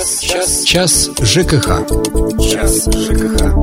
Час ЖКХ. Час ЖКХ.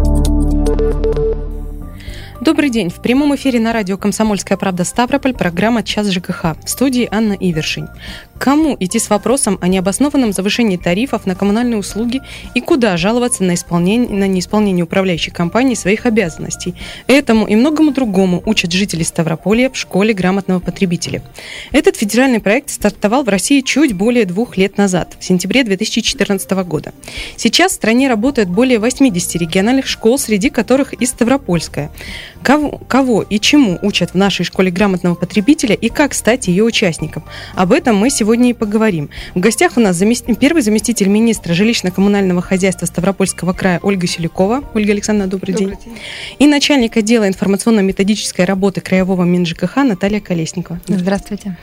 Добрый день. В прямом эфире на радио «Комсомольская правда» Ставрополь программа «Час ЖКХ». В студии Анна Ивершинь. К кому идти с вопросом о необоснованном завышении тарифов на коммунальные услуги и куда жаловаться на неисполнение управляющей компанией своих обязанностей? Этому и многому другому учат жители Ставрополья в школе грамотного потребителя. Этот федеральный проект стартовал в России чуть более 2 лет назад, в сентябре 2014 года. Сейчас в стране работает более 80 региональных школ, среди которых и Ставропольская. Кого и чему учат в нашей школе грамотного потребителя и как стать ее участником? Об этом мы сегодня и поговорим. В гостях у нас первый заместитель министра жилищно-коммунального хозяйства Ставропольского края Ольга Селюкова. Ольга Александровна, добрый день. И начальник отдела информационно-методической работы Краевого МинЖКХ Наталья Колесникова. Здравствуйте.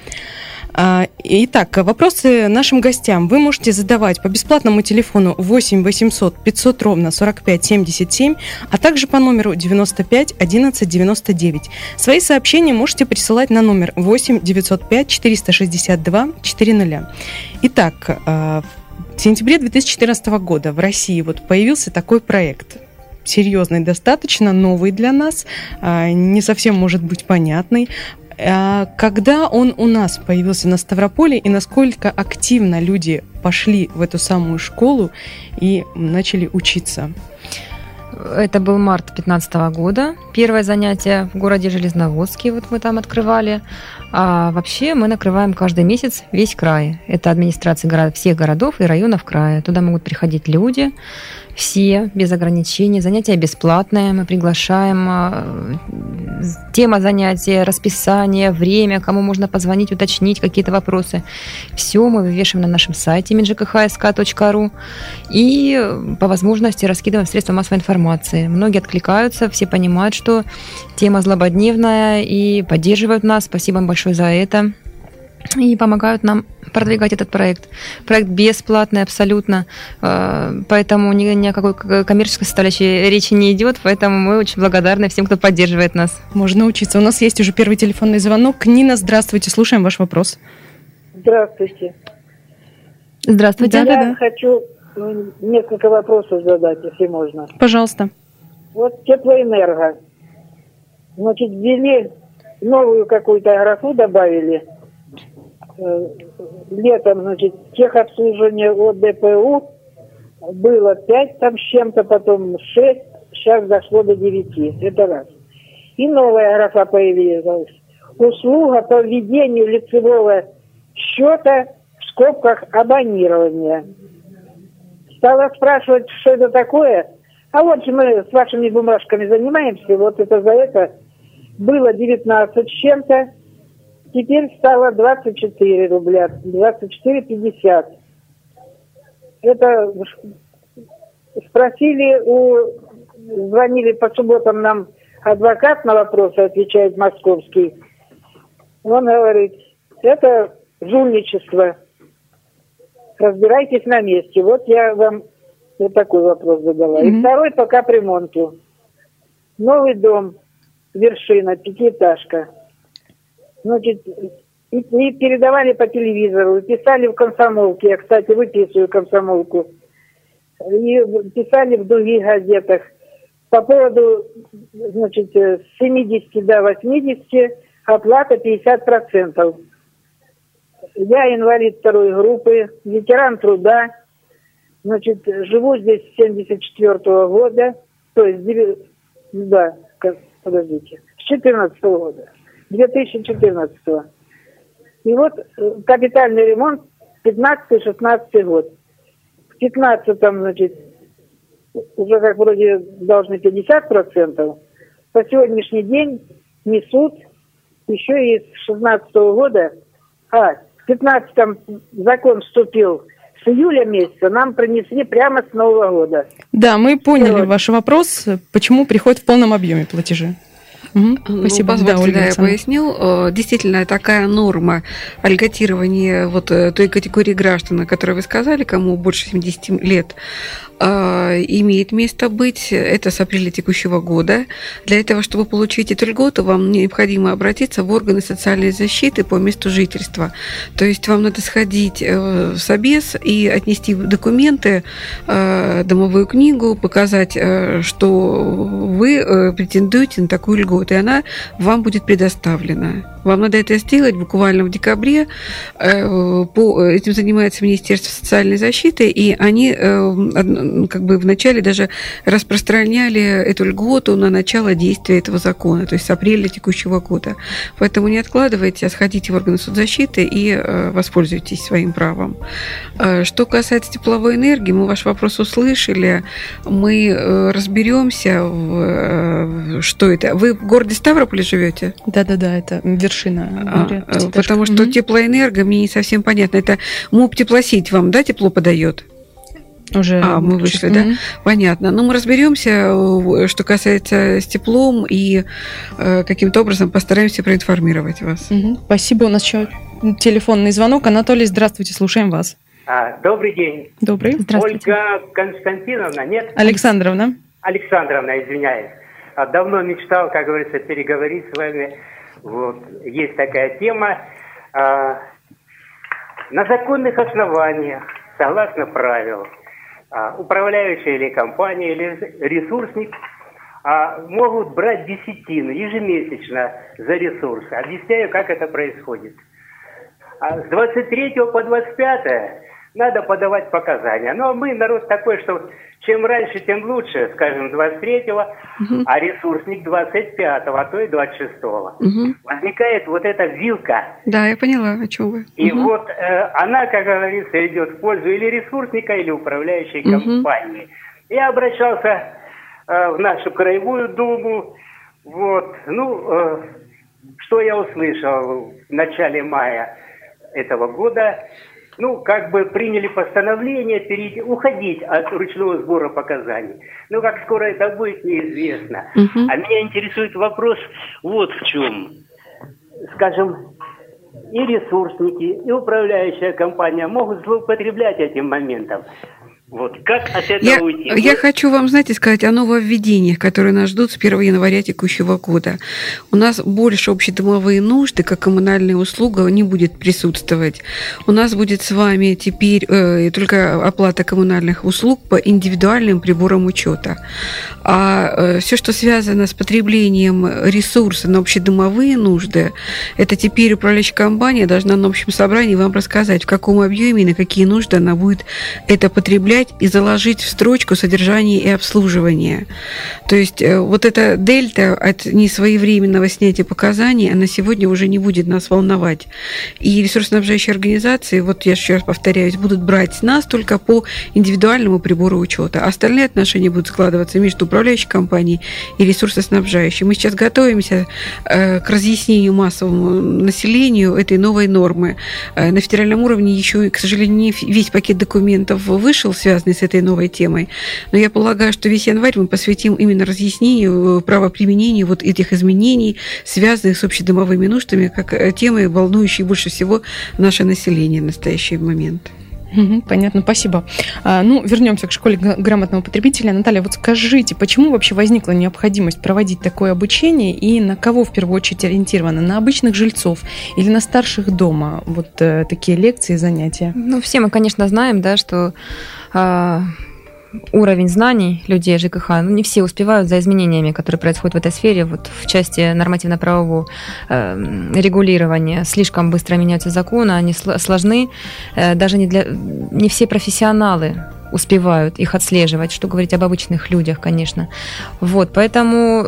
Итак, вопросы нашим гостям вы можете задавать по бесплатному телефону 8 800 500 ровно 45 77, а также по номеру 95 11 99. Свои сообщения можете присылать на номер 8 905 462 400. Итак, в сентябре 2014 года в России появился такой проект. Серьезный достаточно, новый для нас, не совсем может быть понятный. Когда он у нас появился на Ставрополе и насколько активно люди пошли в эту самую школу и начали учиться? Это был март 2015 года. Первое занятие в городе Железноводске, мы там открывали. А вообще мы накрываем каждый месяц весь край. Это администрации всех городов и районов края. Туда могут приходить люди, все, без ограничений. Занятия бесплатные. Мы приглашаем. Тема занятия, расписание, время, кому можно позвонить, уточнить какие-то вопросы. Все мы вывешиваем на нашем сайте minjkh.sk.ru и по возможности раскидываем в средства массовой информации. Многие откликаются, все понимают, что тема злободневная и поддерживают нас. Спасибо им большое за это. И помогают нам продвигать этот проект. Проект бесплатный абсолютно, поэтому ни о какой коммерческой составляющей речи не идет, поэтому мы очень благодарны всем, кто поддерживает нас. Можно учиться. У нас есть уже первый телефонный звонок. Нина, здравствуйте, слушаем ваш вопрос. Здравствуйте. Здравствуйте. Я хочу несколько вопросов задать, если можно. Пожалуйста. Теплоэнерго. Ввели новую какую-то графу, добавили. Летом, техобслуживание от ДПУ было 5 там с чем-то, потом 6, сейчас дошло до 9. Это раз. И новая графа появилась. Услуга по введению лицевого счета в скобках абонирования. Стала спрашивать, что это такое. А мы с вашими бумажками занимаемся, это за это было 19 с чем-то. Теперь стало 24 рубля, 24,50. Это звонили по субботам нам адвокат на вопросы, отвечает московский. Он говорит, это жульничество. Разбирайтесь на месте. Я вам такой вопрос задала. И второй по капремонту. Новый дом, вершина, 5-этажка. И передавали по телевизору, писали в комсомолке. Я, кстати, выписываю комсомолку. И писали в других газетах. По поводу, с 70 до 80 оплата 50%. Я инвалид 2 группы, ветеран труда. Живу здесь с 74 года. То есть, с 14 года. 2014-го. И капитальный ремонт 15-16 год. В 15-м, уже как вроде должны 50%. По сегодняшний день несут еще и с 16-го года. В 15-м закон вступил с июля месяца, нам принесли прямо с Нового года. Да, мы поняли ваш вопрос. Почему приходят в полном объеме платежи? Спасибо. Позвольте, я поясню. Действительно, такая норма льготирования вот той категории граждан, о которой вы сказали, кому больше 70 лет, имеет место быть. Это с апреля текущего года. Для этого, чтобы получить эту льготу, вам необходимо обратиться в органы социальной защиты по месту жительства. То есть вам надо сходить в собес и отнести документы, домовую книгу, показать, что вы претендуете на такую льготу, и она вам будет предоставлена. Вам надо это сделать буквально в декабре. Этим занимается Министерство социальной защиты, и они как бы вначале даже распространяли эту льготу на начало действия этого закона, то есть с апреля текущего года. Поэтому не откладывайте, а сходите в органы соцзащиты и воспользуйтесь своим правом. Что касается тепловой энергии, мы ваш вопрос услышали, мы разберемся, что это. Вы в городе Ставрополе живете? Да, это вершина. Потому что теплоэнерго мне не совсем понятно. Это МУП Теплосеть вам, да, тепло подает? Уже мы вышли, да? Понятно. Но мы разберемся, что касается с теплом, и каким-то образом постараемся проинформировать вас. Спасибо. У нас еще телефонный звонок. Анатолий, здравствуйте, слушаем вас. Добрый день. Добрый. Здравствуйте. Ольга Константиновна, нет? Александровна, извиняюсь. Давно мечтал, как говорится, переговорить с вами. Вот. Есть такая тема. На законных основаниях, согласно правилам, управляющая или компания, или ресурсник могут брать десятину ежемесячно за ресурсы. Объясняю, как это происходит. С 23 по 25 надо подавать показания. Но мы народ такой, что чем раньше, тем лучше, скажем, 23-го, а ресурсник 25-го, а то и 26-го. Возникает вот эта вилка. Да, я поняла, о чем вы. И вот она, как говорится, идет в пользу или ресурсника, или управляющей компании. Я обращался в нашу краевую думу. Вот. Что я услышал в начале мая этого года? Как бы приняли постановление уходить от ручного сбора показаний. Как скоро это будет, неизвестно. А меня интересует вопрос вот в чем. Скажем, и ресурсники, и управляющая компания могут злоупотреблять этим моментом. Вот как от этого уйти? Я хочу вам, сказать о нововведениях, которые нас ждут с 1 января текущего года. У нас больше общедомовые нужды, как коммунальная услуга, не будет присутствовать. У нас будет с вами теперь только оплата коммунальных услуг по индивидуальным приборам учета. А все, что связано с потреблением ресурса на общедомовые нужды, это теперь управляющая компания должна на общем собрании вам рассказать, в каком объеме и на какие нужды она будет это потреблять, и заложить в строчку содержание и обслуживание. То есть вот эта дельта от несвоевременного снятия показаний, она сегодня уже не будет нас волновать. И ресурсоснабжающие организации, вот я еще раз повторяюсь, будут брать с нас только по индивидуальному прибору учета. Остальные отношения будут складываться между управляющей компанией и ресурсоснабжающей. Мы сейчас готовимся к разъяснению массовому населению этой новой нормы. На федеральном уровне еще, к сожалению, не весь пакет документов вышел, связанный с этой новой темой. Но я полагаю, что весь январь мы посвятим именно разъяснению правоприменения вот этих изменений, связанных с общедомовыми нуждами, как темы, волнующие больше всего наше население в настоящий момент. Понятно, спасибо. Вернемся к школе грамотного потребителя. Наталья, вот скажите, почему вообще возникла необходимость проводить такое обучение и на кого в первую очередь ориентировано? На обычных жильцов или на старших дома? Вот такие лекции, занятия. Все мы, конечно, знаем, да, что уровень знаний людей ЖКХ, не все успевают за изменениями, которые происходят в этой сфере, вот в части нормативно-правового регулирования. Слишком быстро меняются законы, они сложны, даже не все профессионалы успевают их отслеживать, что говорить об обычных людях, конечно. Вот, поэтому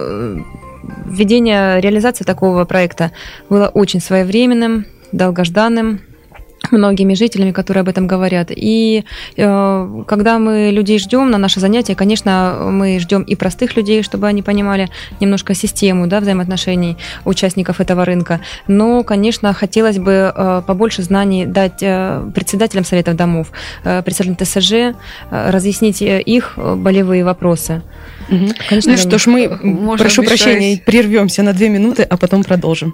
реализация такого проекта было очень своевременным, долгожданным. многими жителями, которые об этом говорят. И когда мы людей ждем на наши занятия, конечно, мы ждем и простых людей, чтобы они понимали немножко систему, да, взаимоотношений участников этого рынка. Но, конечно, хотелось бы побольше знаний дать председателям советов домов, представителям ТСЖ, разъяснить их болевые вопросы. Конечно, ну что ж, мы, прошу прощения, прервемся на 2 минуты, а потом продолжим.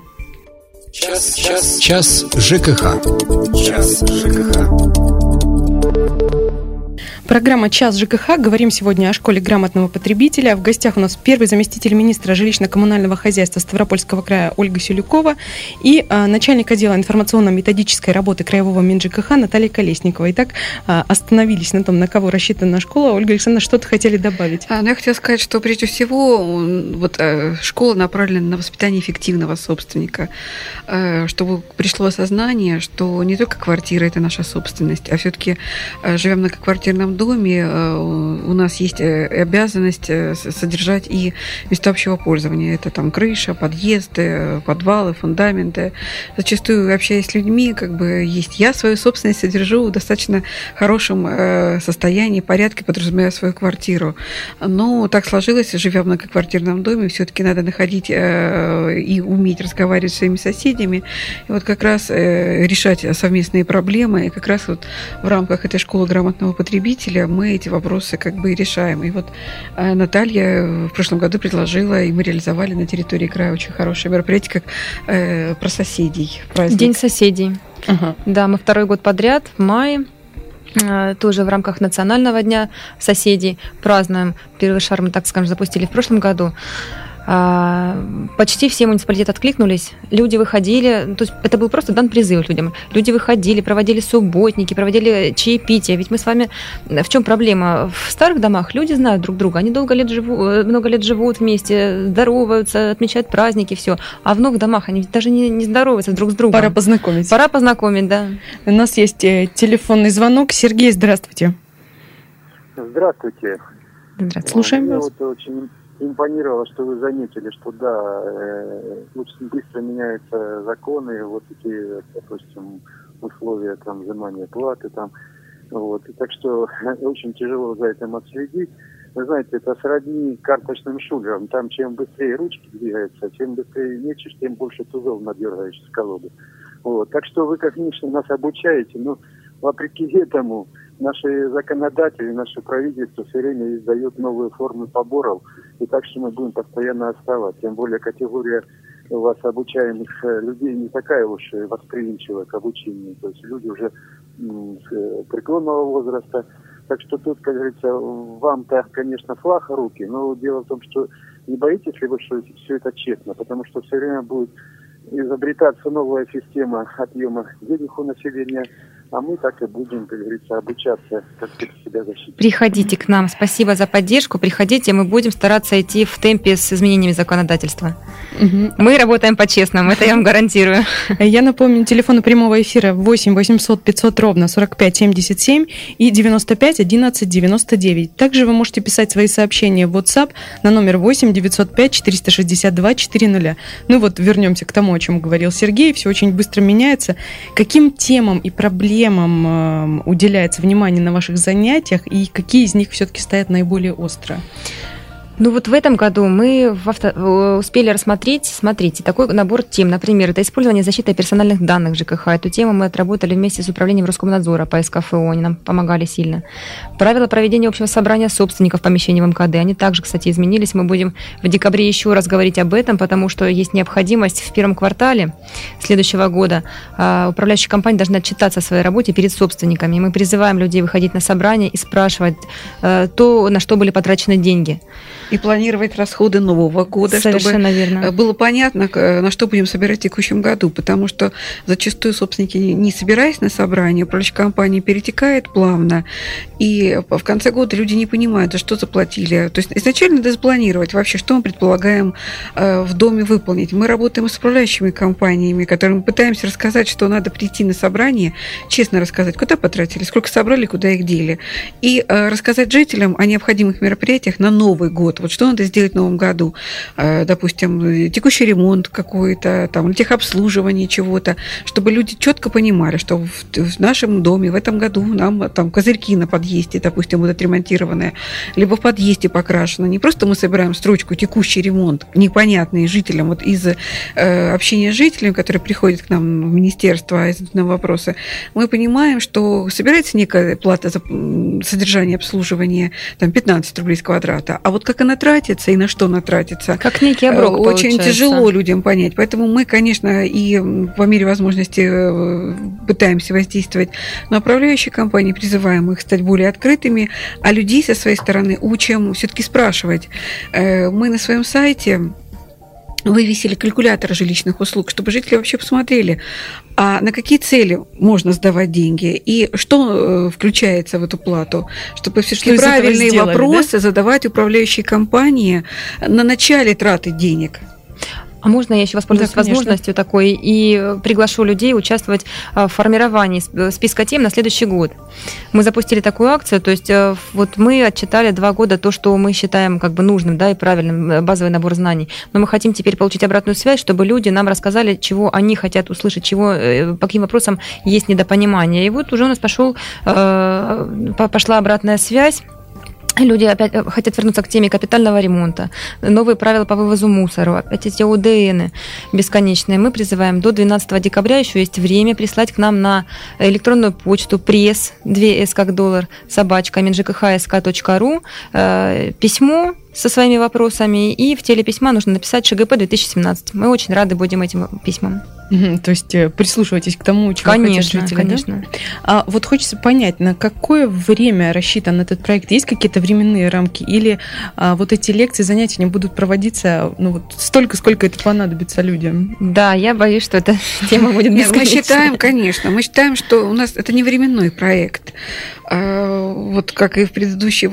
Час ЖКХ. Час ЖКХ. Программа «Час ЖКХ». Говорим сегодня о школе грамотного потребителя. В гостях у нас первый заместитель министра жилищно-коммунального хозяйства Ставропольского края Ольга Сюлюкова и начальник отдела информационно-методической работы Краевого МинЖКХ Наталья Колесникова. Итак, остановились на том, на кого рассчитана школа. Ольга Александровна, что-то хотели добавить? Я хотела сказать, что прежде всего вот, школа направлена на воспитание эффективного собственника, чтобы пришло осознание, что не только квартира – это наша собственность, а все-таки живем на квартирном доме, у нас есть обязанность содержать и места общего пользования. Это там крыша, подъезды, подвалы, фундаменты. Зачастую, общаясь с людьми, есть я свою собственность содержу в достаточно хорошем состоянии, порядке, подразумевая свою квартиру. Но так сложилось, живя в многоквартирном доме, все-таки надо находить и уметь разговаривать с своими соседями, и вот как раз решать совместные проблемы. И как раз вот в рамках этой школы грамотного потребителя мы эти вопросы и решаем. И вот Наталья в прошлом году предложила, и мы реализовали на территории края очень хорошее мероприятие, как про соседей. Праздник. День соседей. Да, мы 2-й год подряд в мае тоже в рамках Национального дня соседей празднуем. Первый шар мы, так скажем, запустили в прошлом году. Почти все муниципалитеты откликнулись, люди выходили, то есть это был просто дан призыв людям. Люди выходили, проводили субботники, проводили чаепития. Ведь мы с вами... В чем проблема? В старых домах люди знают друг друга, они много лет живут вместе, здороваются, отмечают праздники, все. А в новых домах они даже не здороваются друг с другом. Пора познакомить. Пора познакомить, да. У нас есть телефонный звонок. Сергей, здравствуйте. Здравствуйте. Здравствуйте. Слушаем вас. Мне очень импонировало, что вы заметили, что очень быстро меняются законы, вот эти, допустим, условия взимания платы и так что очень тяжело за этим отследить. Вы знаете, это сродни карточным шулерам. Там чем быстрее ручки двигаются, чем быстрее мечешь, тем больше тузов надергаешь с колоды. Так что вы, как конечно, нас обучаете, но вопреки этому наши законодатели, наше правительство все время издают новые формы поборов, и так что мы будем постоянно отставать. Тем более категория у вас обучаемых людей не такая уж восприимчивая к обучению. То есть люди уже преклонного возраста. Так что тут, как говорится, вам-то, конечно, флаг в руки, но дело в том, что не боитесь ли вы, что все это честно, потому что все время будет изобретаться новая система отъема денег у населения, а мы так и будем, как говорится, обучаться, как себя защитить. Приходите к нам. Спасибо за поддержку. Приходите, мы будем стараться идти в темпе с изменениями законодательства. Мы работаем по-честному, это я вам гарантирую. Я напомню, телефоны прямого эфира 8 800 500 ровно 45 77 и 95 11 99. Также вы можете писать свои сообщения в WhatsApp на номер 8 905 462 400. Ну вот, вернемся к тому, о чем говорил Сергей. Все очень быстро меняется. Каким темам и проблемам уделяется внимание на ваших занятиях и какие из них все-таки стоят наиболее остро? Ну вот в этом году мы успели рассмотреть, смотрите, такой набор тем. Например, это использование защиты персональных данных ЖКХ. Эту тему мы отработали вместе с управлением Роскомнадзора по СКФО, они нам помогали сильно. Правила проведения общего собрания собственников помещений в МКД, они также, кстати, изменились. Мы будем в декабре еще раз говорить об этом, потому что есть необходимость в первом квартале следующего года. Управляющие компании должны отчитаться о своей работе перед собственниками. И мы призываем людей выходить на собрание и спрашивать то, на что были потрачены деньги. И планировать расходы нового года, совершенно чтобы верно. Было понятно, на что будем собирать в текущем году. Потому что зачастую собственники, не собираясь на собрание, управляющая компания перетекает плавно, и в конце года люди не понимают, за что заплатили. То есть изначально надо запланировать вообще, что мы предполагаем в доме выполнить. Мы работаем с управляющими компаниями, которым пытаемся рассказать, что надо прийти на собрание, честно рассказать, куда потратили, сколько собрали, куда их дели, и рассказать жителям о необходимых мероприятиях на Новый год. работу. Вот что надо сделать в новом году? Допустим, текущий ремонт какой-то, там, техобслуживание чего-то, чтобы люди четко понимали, что в нашем доме в этом году нам там козырьки на подъезде, допустим, будут ремонтированные, либо в подъезде покрашено. Не просто мы собираем строчку «текущий ремонт», непонятный жителям, вот из общения с жителями, которые приходят к нам в министерство и задают нам вопросы, мы понимаем, что собирается некая плата за содержание обслуживания, там, 15 рублей с квадрата, а вот как она тратится и на что она тратится, как некий оброк, очень получается. Тяжело людям понять. Поэтому мы, конечно, и по мере возможности пытаемся воздействовать на управляющие компании, призываем их стать более открытыми, а людей со своей стороны учим все-таки спрашивать. Мы на своем сайте вывесили калькулятор жилищных услуг, чтобы жители вообще посмотрели, а на какие цели можно сдавать деньги и что включается в эту плату, чтобы все-таки правильные вопросы задавать управляющей компании на начале траты денег. А можно я еще воспользуюсь возможностью такой и приглашу людей участвовать в формировании списка тем на следующий год? Мы запустили такую акцию, то есть вот мы отчитали 2 года то, что мы считаем как бы нужным, да, и правильным, базовый набор знаний. Но мы хотим теперь получить обратную связь, чтобы люди нам рассказали, чего они хотят услышать, чего, по каким вопросам есть недопонимание. И вот уже у нас пошла обратная связь. Люди опять хотят вернуться к теме капитального ремонта, новые правила по вывозу мусора, опять эти ОДН бесконечные. Мы призываем до 12 декабря, еще есть время, прислать к нам на электронную почту пресс, 2s как доллар, @minjkh.sk.ru письмо со своими вопросами, и в теле письма нужно написать ШГП 2017. Мы очень рады будем этим письмам. То есть прислушивайтесь к тому, чего хотят жители. Конечно. Да? А вот хочется понять, на какое время рассчитан этот проект? Есть какие-то временные рамки? Или вот эти лекции, занятия, они будут проводиться столько, сколько это понадобится людям? Да, я боюсь, что эта тема будет бесконечной. Мы считаем, что у нас это не временной проект. Вот как и в предыдущий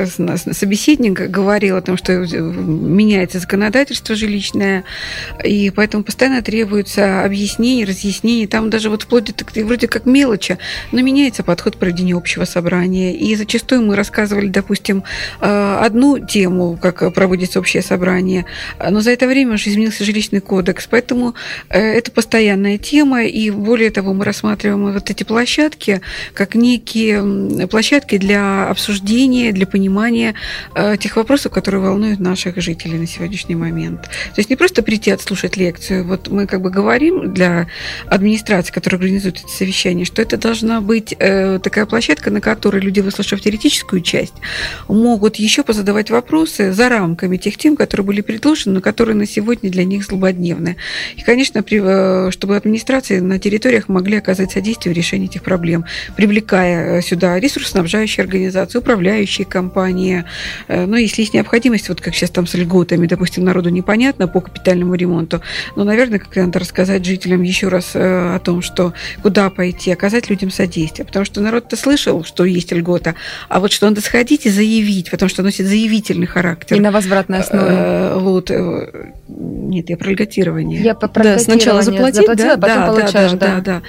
собеседник говорил о том, что меняется законодательство жилищное, и поэтому постоянно требуется объяснений, разъяснений. Там даже вплоть до вроде как мелочи, но меняется подход к проведению общего собрания. И зачастую мы рассказывали, допустим, одну тему, как проводится общее собрание, но за это время уже изменился жилищный кодекс. Поэтому это постоянная тема, и более того, мы рассматриваем вот эти площадки как некие площадки для обсуждения, для понимания тех вопросов, которые волнуют наших жителей на сегодняшний момент. То есть не просто прийти отслушать лекцию. Вот мы как бы говорим для администрации, которая организует это совещание, что это должна быть такая площадка, на которой люди, выслушав теоретическую часть, могут еще позадавать вопросы за рамками тех тем, которые были предложены, но которые на сегодня для них злободневны. И, конечно, чтобы администрации на территориях могли оказать содействие в решении этих проблем, привлекая сюда ресурсоснабжающие организации, управляющие компании. Но если есть необходимость, вот как сейчас там с льготами, допустим, народу непонятно по капитальному ремонту, но, наверное, как надо рассказать жителям еще раз о том, что куда пойти, оказать людям содействие. Потому что народ-то слышал, что есть льгота, а вот что надо сходить и заявить, потому что носит заявительный характер. И на возвратной основе. Нет, я про льготирование. Я про льготирование. Сначала заплатила, потом получаешь. Да.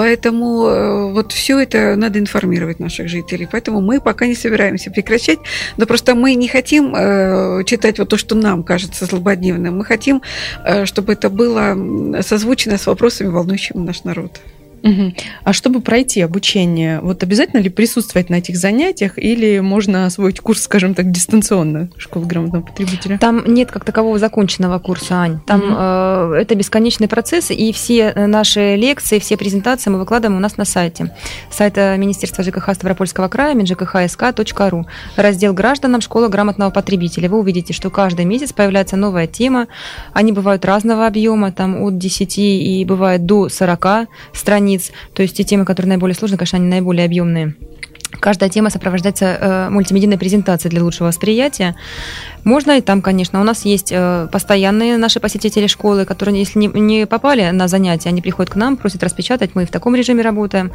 Поэтому вот все это надо информировать наших жителей. Поэтому мы пока не собираемся прекращать, но просто мы не хотим читать вот то, что нам кажется злободневным. Мы хотим, чтобы это было созвучно с вопросами, волнующими наш народ. Угу. А чтобы пройти обучение, вот обязательно ли присутствовать на этих занятиях или можно освоить курс, скажем так, дистанционно школы грамотного потребителя? Там нет как такового законченного курса, Ань. Там это бесконечный процесс, и все наши лекции, все презентации мы выкладываем у нас на сайте. Сайт Министерства ЖКХ Ставропольского края, minjkh.sk.ru. Раздел «Гражданам. Школа грамотного потребителя». Вы увидите, что каждый месяц появляется новая тема. Они бывают разного объема, там от 10 и бывает до 40 страниц. То есть те темы, которые наиболее сложные, конечно, они наиболее объемные. Каждая тема сопровождается мультимедийной презентацией для лучшего восприятия. Можно и там, конечно. У нас есть постоянные наши посетители школы, которые, если не попали на занятия, они приходят к нам, просят распечатать. Мы в таком режиме работаем.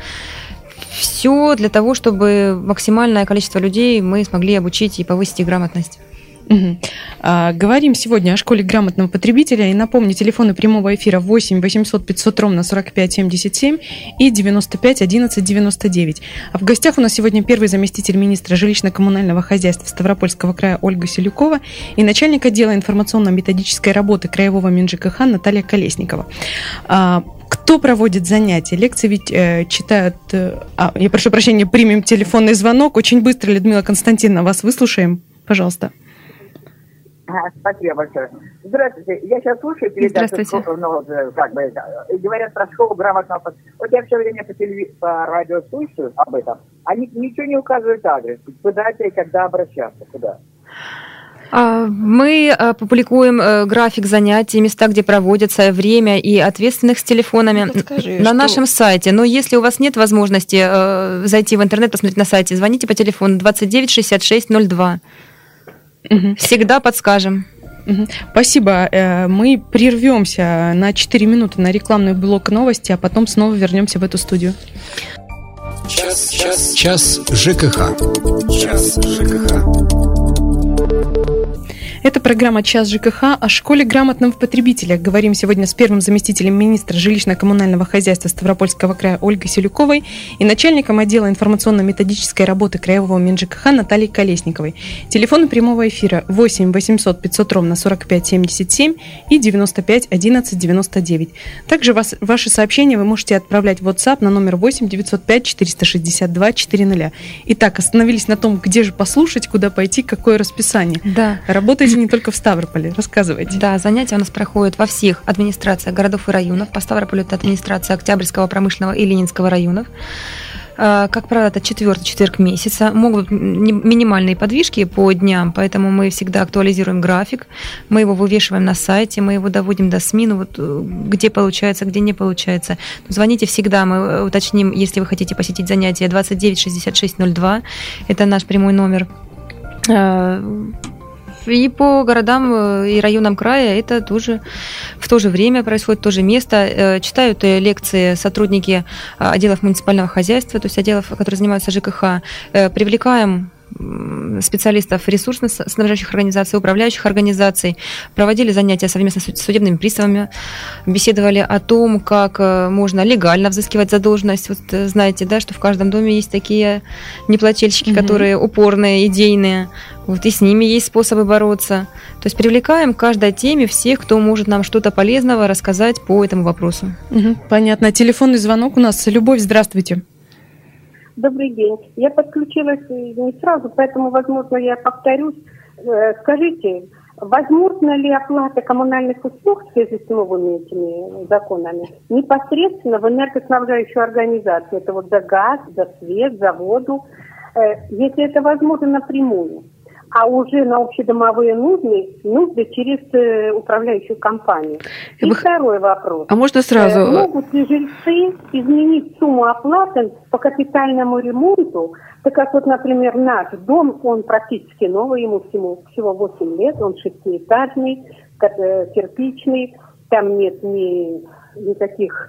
Все для того, чтобы максимальное количество людей мы смогли обучить и повысить их грамотность. Говорим сегодня о школе грамотного потребителя. И напомню, телефоны прямого эфира 8 800 500 ровно 45 77 и 95 11 99. А в гостях у нас сегодня первый заместитель министра жилищно-коммунального хозяйства Ставропольского края Ольга Селюкова и начальник отдела информационно-методической работы Краевого МинЖКХ Наталья Колесникова. Кто проводит занятия? Лекции ведь читают... я прошу прощения, примем телефонный звонок. Очень быстро, Людмила Константиновна, вас выслушаем. Пожалуйста. Спасибо большое. Здравствуйте. Я сейчас слушаю передачу, и говорят про школу грамотного. Вот я все время по радио слышу об этом. Они ничего не указывают адрес. Куда и когда обращаться, куда? Мы публикуем график занятий, места, где проводятся, время и ответственных с телефонами на нашем сайте. Но если у вас нет возможности зайти в интернет, посмотреть на сайте, звоните по телефону 29 66 02. Всегда подскажем. Спасибо. Мы прервемся на 4 минуты на рекламный блок новости, а потом снова вернемся в эту студию. Час ЖКХ. Час ЖКХ. Это программа «Час ЖКХ» о школе грамотного потребителя. Говорим сегодня с первым заместителем министра жилищно-коммунального хозяйства Ставропольского края Ольгой Селюковой и начальником отдела информационно-методической работы Краевого МинЖКХ Натальей Колесниковой. Телефоны прямого эфира 8 800 500 ровно 45 77 и 95 11 99. Также ваши сообщения вы можете отправлять в WhatsApp на номер 8 905 462 400. Итак, остановились на том, где же послушать, куда пойти, какое расписание. Да. Работаете не только в Ставрополе. Рассказывайте. Да, занятия у нас проходят во всех администрациях городов и районов. По Ставрополю это администрация Октябрьского, Промышленного и Ленинского районов. Как правило, это четвертый четверг месяца. Могут быть минимальные подвижки по дням, поэтому мы всегда актуализируем график. Мы его вывешиваем на сайте, мы его доводим до СМИ, где получается, где не получается. Звоните всегда, мы уточним, если вы хотите посетить занятия, 29 66 02. Это наш прямой номер. И по городам и районам края это тоже в то же время происходит, в то же место. Читают лекции сотрудники отделов муниципального хозяйства, то есть отделов, которые занимаются ЖКХ. Привлекаем специалистов ресурсно-снабжающих организаций, управляющих организаций, проводили занятия совместно с судебными приставами, беседовали о том, как можно легально взыскивать задолженность. Вот знаете, да, что в каждом доме есть такие неплательщики, которые упорные, идейные. Вот и с ними есть способы бороться. То есть привлекаем к каждой теме всех, кто может нам что-то полезного рассказать по этому вопросу. Понятно. Телефонный звонок у нас. Любовь, здравствуйте. Добрый день. Я подключилась не сразу, поэтому, возможно, я повторюсь. Скажите, возможно ли оплата коммунальных услуг в связи с новыми этими законами непосредственно в энергоснабжающую организацию? Это вот за газ, за свет, за воду. Если это возможно напрямую, а уже на общедомовые нужды через управляющую компанию. И второй вопрос. А можно сразу? Могут ли жильцы изменить сумму оплаты по капитальному ремонту? Так как вот, например, наш дом, он практически новый, ему всего 8 лет, он шестиэтажный, кирпичный, там нет никаких,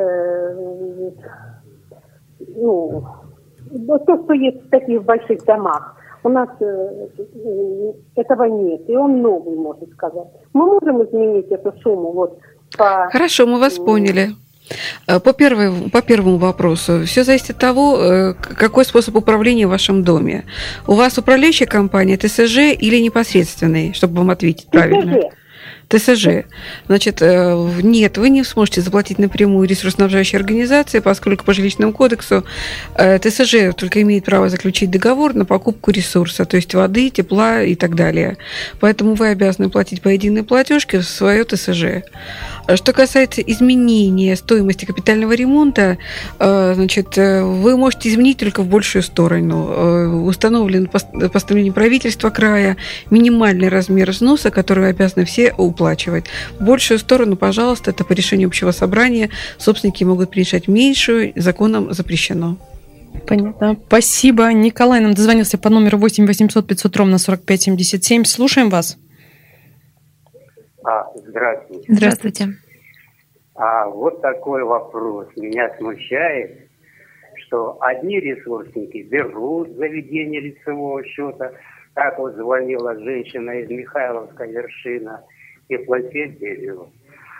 то, что есть в таких больших домах. У нас этого нет, и он новый, можно сказать. Мы можем изменить эту сумму Хорошо, мы вас поняли. По первому вопросу. Все зависит от того, какой способ управления в вашем доме. У вас управляющая компания, ТСЖ или непосредственный, чтобы вам ответить правильно? ТСЖ. Значит, нет, вы не сможете заплатить напрямую ресурсоснабжающей организации, поскольку по жилищному кодексу ТСЖ только имеет право заключить договор на покупку ресурса, то есть воды, тепла и так далее. Поэтому вы обязаны платить по единой платежке в свое ТСЖ. Что касается изменения стоимости капитального ремонта, значит, вы можете изменить только в большую сторону. Установлен постановлением правительства края минимальный размер взноса, который вы обязаны все уплачивать. В большую сторону, пожалуйста, это по решению общего собрания. Собственники могут решать меньшую, законом запрещено. Понятно. Спасибо. Николай нам дозвонился по номеру 8 800 500 ровно 45 77. Слушаем вас. Здравствуйте. Здравствуйте. Вот такой вопрос. Меня смущает, что одни ресурсники берут заведение лицевого счета, как вот звонила женщина из Михайловской вершины, теплосеть берет,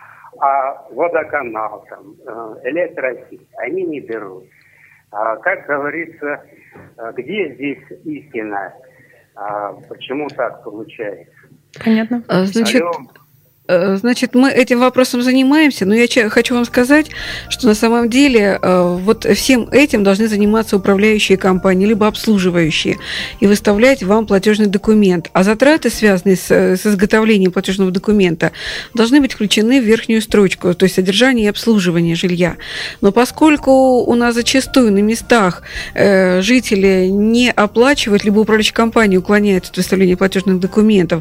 а водоканал, там, электросеть, они не берут. Как говорится, где здесь истина? Почему так получается? Понятно. Значит, мы этим вопросом занимаемся, но я хочу вам сказать, что на самом деле вот всем этим должны заниматься управляющие компании, либо обслуживающие, и выставлять вам платежный документ. А затраты, связанные с изготовлением платежного документа, должны быть включены в верхнюю строчку, то есть содержание и обслуживание жилья. Но поскольку у нас зачастую на местах жители не оплачивают, либо управляющие компании уклоняются от выставления платежных документов,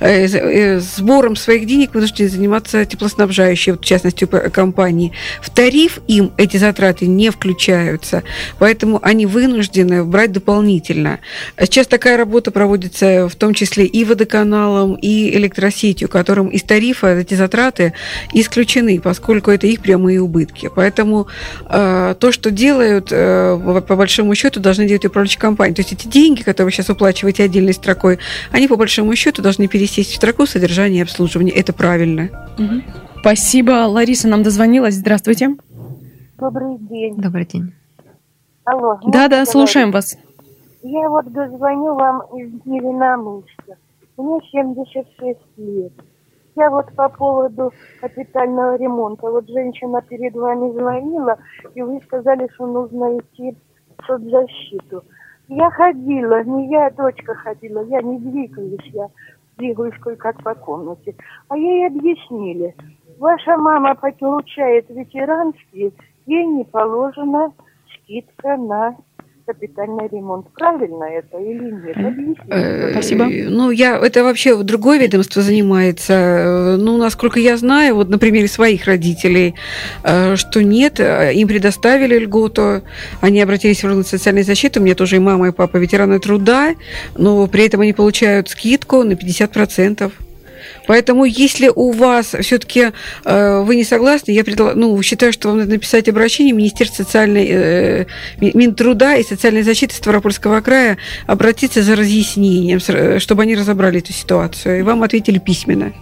сбором своих денег вынуждены заниматься теплоснабжающие, в частности, компании. В тариф им эти затраты не включаются, поэтому они вынуждены брать дополнительно. Сейчас такая работа проводится в том числе и водоканалом, и электросетью, которым из тарифа эти затраты исключены, поскольку это их прямые убытки. Поэтому то, что делают, по большому счету, должны делать управляющие компании. То есть эти деньги, которые вы сейчас уплачиваете отдельной строкой, они, по большому счету, должны пересесть в строку содержания и обслуживания. Это правильно. Спасибо. Лариса нам дозвонилась. Здравствуйте. Добрый день. Добрый день. Алло. Да, слушаем вас. Я вот дозвоню вам из Невиномысска. Мне 76 лет. Я вот по поводу капитального ремонта. Вот женщина перед вами звонила, и вы сказали, что нужно идти в соцзащиту. Я ходила, не я, а дочка ходила, я не двигаюсь, я двигаюсь кое-как по комнате. А ей объяснили, ваша мама получает ветеранские, ей не положена скидка на капитальный ремонт. Правильно это или нет? Объясните. Спасибо. Это вообще другое ведомство занимается. Насколько я знаю, вот на примере своих родителей, что нет, им предоставили льготу, они обратились в органы социальной защиты, у меня тоже и мама, и папа ветераны труда, но при этом они получают скидку на 50%. Поэтому, если у вас все-таки вы не согласны, я считаю, что вам надо написать обращение в Министерство Минтруда и социальной защиты Ставропольского края, обратиться за разъяснением, чтобы они разобрали эту ситуацию, и вам ответили письменно.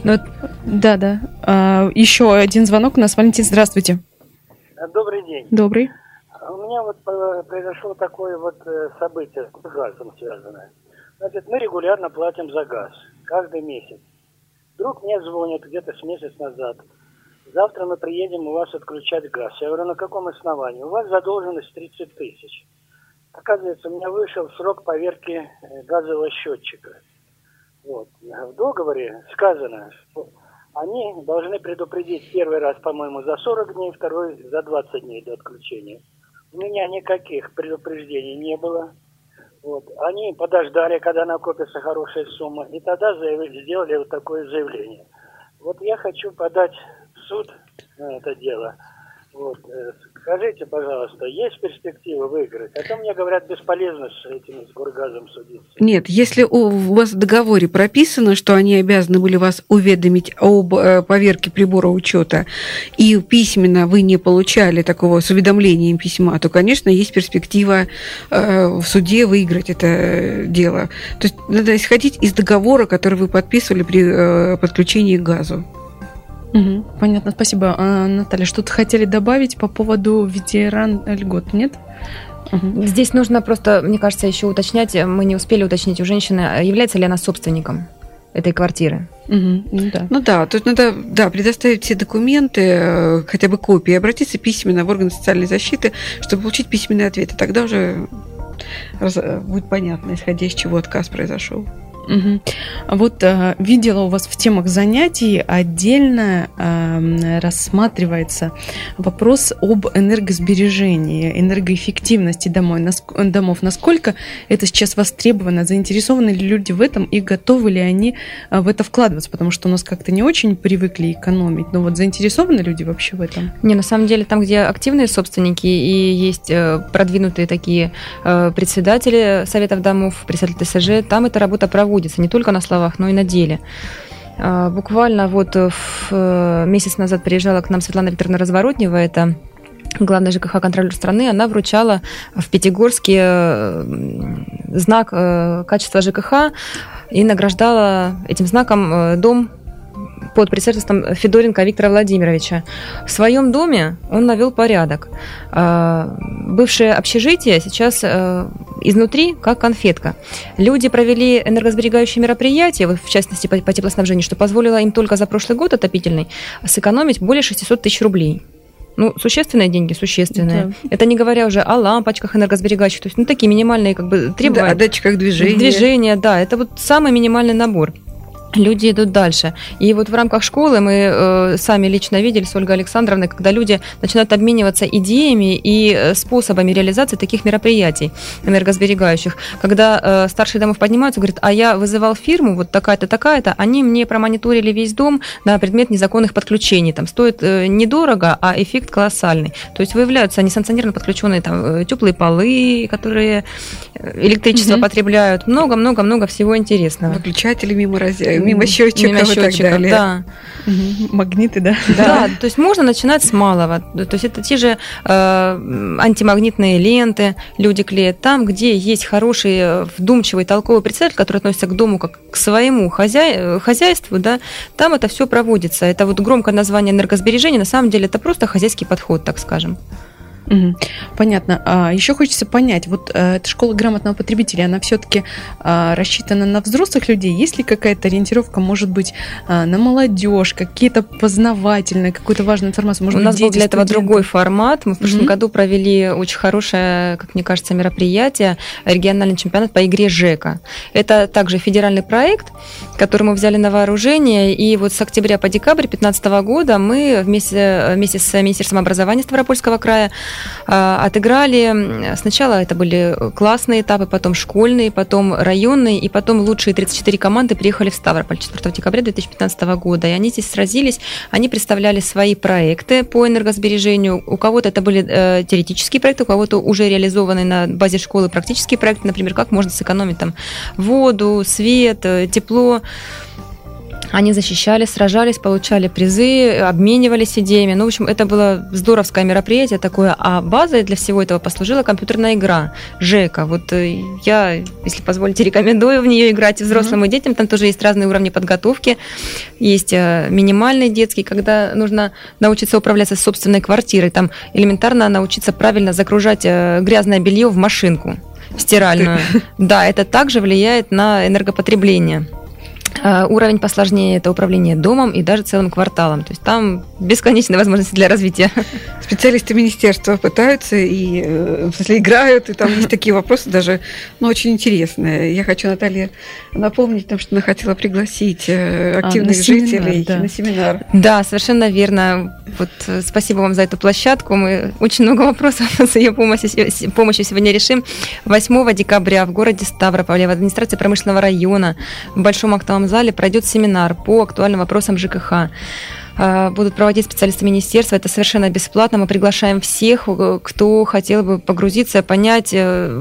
Да. Еще один звонок у нас. Валентин, здравствуйте. Добрый день. Добрый. У меня вот произошло такое вот событие с газом связанное. Значит, мы регулярно платим за газ, каждый месяц. Вдруг мне звонят где-то с месяц назад. Завтра мы приедем у вас отключать газ. Я говорю, на каком основании? У вас задолженность 30 тысяч. Оказывается, у меня вышел срок поверки газового счетчика. Вот. В договоре сказано, что они должны предупредить первый раз, по-моему, за 40 дней, второй за 20 дней до отключения. У меня никаких предупреждений не было. Вот. Они подождали, когда накопится хорошая сумма, и тогда сделали вот такое заявление. Вот я хочу подать в суд на это дело. Вот. Скажите, пожалуйста, есть перспектива выиграть? А то мне говорят, бесполезно с этим, с Горгазом судиться. Нет, если у вас в договоре прописано, что они обязаны были вас уведомить об поверке прибора учета, и письменно вы не получали такого с уведомлением письма, то, конечно, есть перспектива в суде выиграть это дело. То есть надо исходить из договора, который вы подписывали при подключении к газу. Понятно, спасибо. Наталья, что-то хотели добавить по поводу ветеран льгот, нет? Здесь нужно просто, мне кажется, еще уточнять, мы не успели уточнить у женщины, является ли она собственником этой квартиры. Тут надо предоставить все документы, хотя бы копии, обратиться письменно в органы социальной защиты, чтобы получить письменный ответ, и тогда уже будет понятно, исходя из чего отказ произошел. Вот видела у вас в темах занятий отдельно рассматривается вопрос об энергосбережении, энергоэффективности домов. Насколько это сейчас востребовано, заинтересованы ли люди в этом и готовы ли они в это вкладываться? Потому что у нас как-то не очень привыкли экономить. Но вот заинтересованы люди вообще в этом? На самом деле, там, где активные собственники и есть продвинутые такие председатели советов домов, председатели ТСЖ, там эта работа проводится не только на словах, но и на деле. Буквально месяц назад приезжала к нам Светлана Викторовна Разворотнева, это главный ЖКХ-контролер страны, она вручала в Пятигорске знак качества ЖКХ и награждала этим знаком дом под председательством Федоренко Виктора Владимировича. В своем доме он навел порядок. Бывшее общежитие сейчас изнутри как конфетка. Люди провели энергосберегающие мероприятия, в частности по теплоснабжению, что позволило им только за прошлый год отопительный сэкономить более 600 тысяч рублей. Ну, существенные деньги, существенные. Да. Это не говоря уже о лампочках энергосберегающих, то есть, такие минимальные требования. Да, о датчиках движения. Движения, да, это вот самый минимальный набор. Люди идут дальше. И вот в рамках школы мы сами лично видели с Ольгой Александровной, когда люди начинают обмениваться идеями и способами реализации таких мероприятий энергосберегающих. Когда старшие домов поднимаются, говорят, а я вызывал фирму, вот такая-то, такая-то, они мне промониторили весь дом на предмет незаконных подключений. Там стоит недорого, а эффект колоссальный. То есть выявляются несанкционированно подключенные теплые полы, которые электричество потребляют. Много-много-много всего интересного. Выключатели мимо счетчиков и так далее. Да. Магниты, да? Да, то есть можно начинать с малого. То есть это те же антимагнитные ленты люди клеят там, где есть хороший, вдумчивый, толковый председатель, который относится к дому как к своему хозяйству, да, там это все проводится. Это вот громкое название энергосбережения, на самом деле это просто хозяйский подход, так скажем. Понятно. А еще хочется понять, вот эта школа грамотного потребителя, она все-таки рассчитана на взрослых людей? Есть ли какая-то ориентировка, может быть, на молодежь, какие-то познавательные, какую-то важную информацию? Может, у нас был для этого другой формат. Мы в прошлом году провели очень хорошее, как мне кажется, мероприятие, региональный чемпионат по игре ЖЭКа. Это также федеральный проект, который мы взяли на вооружение, и вот с октября по декабрь 2015 года мы вместе с Министерством образования Ставропольского края отыграли. Сначала это были классные этапы, потом школьные, потом районные, и потом лучшие 34 команды приехали в Ставрополь 4 декабря 2015 года. И они здесь сразились, они представляли свои проекты по энергосбережению. У кого-то это были теоретические проекты, у кого-то уже реализованные на базе школы практические проекты, например, как можно сэкономить там воду, свет, тепло. Они защищали, сражались, получали призы, обменивались идеями. Ну, в общем, это было здоровское мероприятие такое. А базой для всего этого послужила компьютерная игра ЖЭКа. Вот я, если позволите, рекомендую в нее играть и взрослым, и детям. Там тоже есть разные уровни подготовки. Есть минимальный детский, когда нужно научиться управляться собственной квартирой. Там элементарно научиться правильно загружать грязное белье в машинку стиральную. Да, это также влияет на энергопотребление. Уровень посложнее – это управление домом и даже целым кварталом. То есть там бесконечные возможности для развития. Специалисты министерства пытаются и, в смысле, играют, и там есть такие вопросы даже, очень интересные. Я хочу, Наталья, напомнить, потому что она хотела пригласить активных жителей на семинар. Да, совершенно верно. Вот, спасибо вам за эту площадку. Мы очень много вопросов с ее помощью сегодня решим. 8 декабря в городе Ставрополе в администрации промышленного района в Большом актовом зале пройдет семинар по актуальным вопросам ЖКХ. Будут проводить специалисты министерства. Это совершенно бесплатно. Мы приглашаем всех, кто хотел бы погрузиться, понять,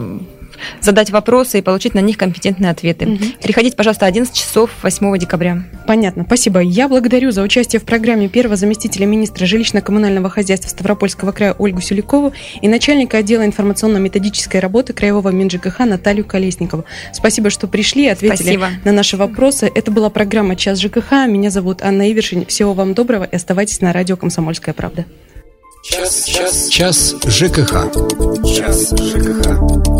задать вопросы и получить на них компетентные ответы. Приходите, пожалуйста, 11 часов 8 декабря. Понятно, спасибо. Я благодарю за участие в программе первого заместителя министра жилищно-коммунального хозяйства Ставропольского края Ольгу Сюлякову и начальника отдела информационно-методической работы Краевого МинЖКХ Наталью Колесникову. Спасибо, что пришли и ответили на наши вопросы. Это была программа «Час ЖКХ». Меня зовут Анна Ивершин. Всего вам доброго и оставайтесь на радио «Комсомольская правда». Час ЖКХ. Час ЖКХ.